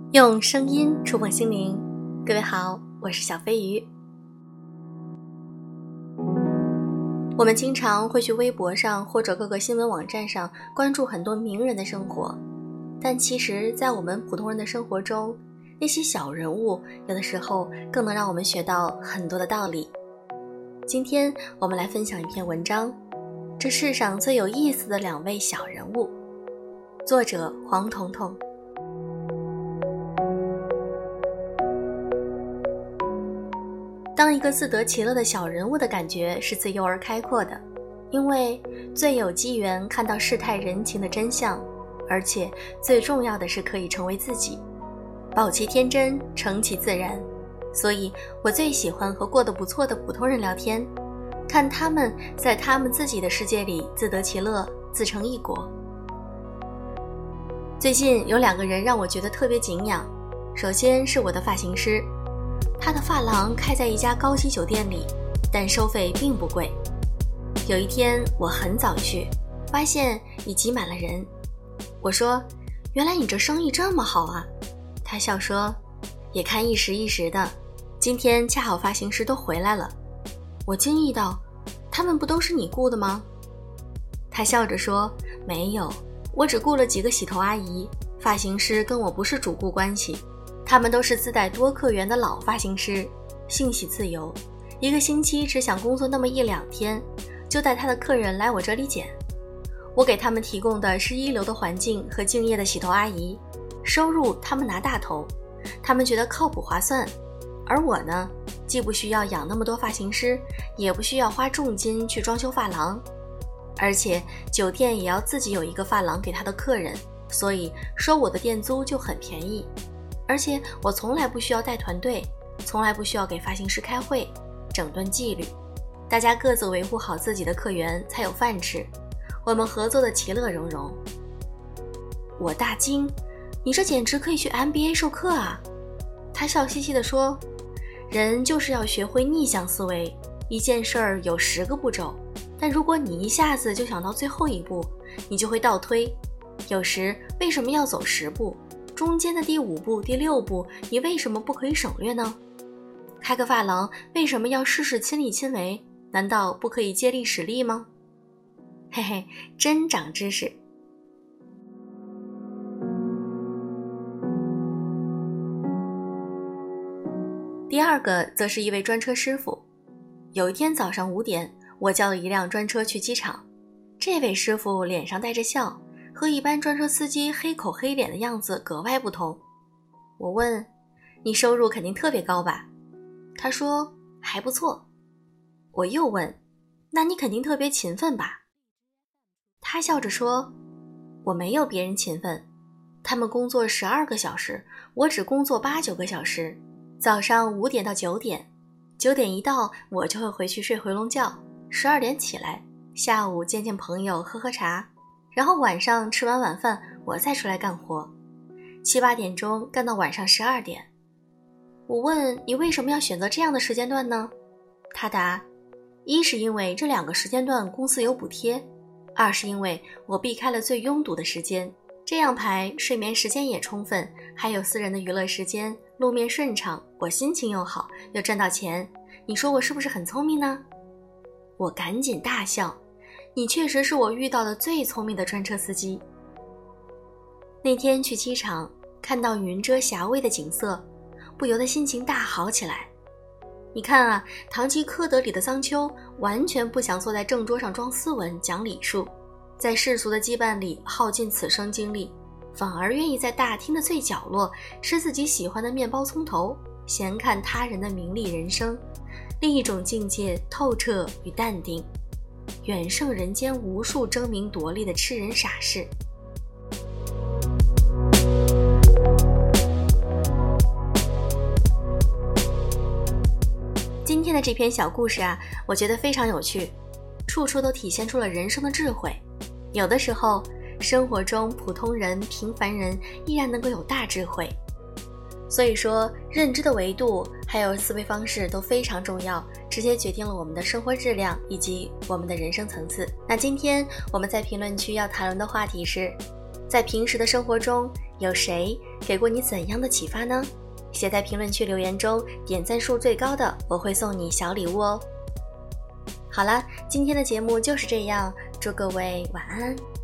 用声音触碰心灵。各位好，我是小飞鱼。我们经常会去微博上或者各个新闻网站上关注很多名人的生活，但其实在我们普通人的生活中，那些小人物有的时候更能让我们学到很多的道理。今天我们来分享一篇文章，这世上最有意思的2位小人物，作者黄彤彤。当一个自得其乐的小人物的感觉是自由而开阔的，因为最有机缘看到世态人情的真相，而且最重要的是可以成为自己，保其天真，成其自然。所以我最喜欢和过得不错的普通人聊天，看他们在他们自己的世界里自得其乐，自成一国。最近有2个人让我觉得特别敬仰，首先是我的发型师，他的发廊开在一家高级酒店里，但收费并不贵。有一天我很早去，发现已挤满了人。我说，原来你这生意这么好啊。他笑说，也看一时一时的，今天恰好发型师都回来了。我惊异道，他们不都是你雇的吗？他笑着说，没有，我只雇了几个洗头阿姨，发型师跟我不是主顾关系，他们都是自带多客源的老发型师，性喜自由，一个星期只想工作那么1-2天，就带他的客人来我这里剪。我给他们提供的是一流的环境和敬业的洗头阿姨，收入他们拿大头，他们觉得靠谱划算。而我呢，既不需要养那么多发型师，也不需要花重金去装修发廊，而且酒店也要自己有一个发廊给他的客人，所以收我的店租就很便宜。而且我从来不需要带团队，从来不需要给发型师开会，整顿纪律，大家各自维护好自己的客源才有饭吃，我们合作的其乐融融。我大惊，你这简直可以去 MBA 授课啊。他笑嘻嘻地说，人就是要学会逆向思维，一件事儿有10个步骤，但如果你一下子就想到最后一步，你就会倒推。有时为什么要走10步？中间的第5步、第6步，你为什么不可以省略呢？开个发廊为什么要事事亲力亲为？难道不可以借力使力吗？嘿嘿，真长知识。第2个则是一位专车师傅。有一天早上5点，我叫了一辆专车去机场。这位师傅脸上带着笑，和一般专车司机黑口黑脸的样子格外不同。我问，你收入肯定特别高吧？他说，还不错。我又问，那你肯定特别勤奋吧？他笑着说，我没有别人勤奋，他们工作12个小时，我只工作8-9个小时，早上5点到9点，9点一到我就会回去睡回笼觉，12点起来，下午见见朋友喝喝茶，然后晚上吃完晚饭我再出来干活，7-8点钟干到晚上12点。我问，你为什么要选择这样的时间段呢？他答，一是因为这2个时间段公司有补贴，2是因为我避开了最拥堵的时间，这样排睡眠时间也充分，还有私人的娱乐时间，路面顺畅，我心情又好，又赚到钱，你说我是不是很聪明呢？我赶紧大笑，你确实是我遇到的最聪明的专车司机。那天去机场，看到云遮霞蔚的景色，不由得心情大好起来。你看啊，堂吉诃德里的桑丘完全不想坐在正桌上装斯文讲礼数，在世俗的羁绊里耗尽此生精力，反而愿意在大厅的最角落吃自己喜欢的面包葱头，闲看他人的名利人生，另一种境界透彻与淡定，远胜人间无数争名夺利的痴人傻事。今天的这篇小故事啊，我觉得非常有趣，处处都体现出了人生的智慧。有的时候，生活中普通人、平凡人依然能够有大智慧。所以说，认知的维度还有思维方式都非常重要，直接决定了我们的生活质量以及我们的人生层次。那今天我们在评论区要谈论的话题是，在平时的生活中， 有谁给过你怎样的启发呢？写在评论区留言中，点赞数最高的我会送你小礼物哦。好了，今天的节目就是这样，祝各位晚安。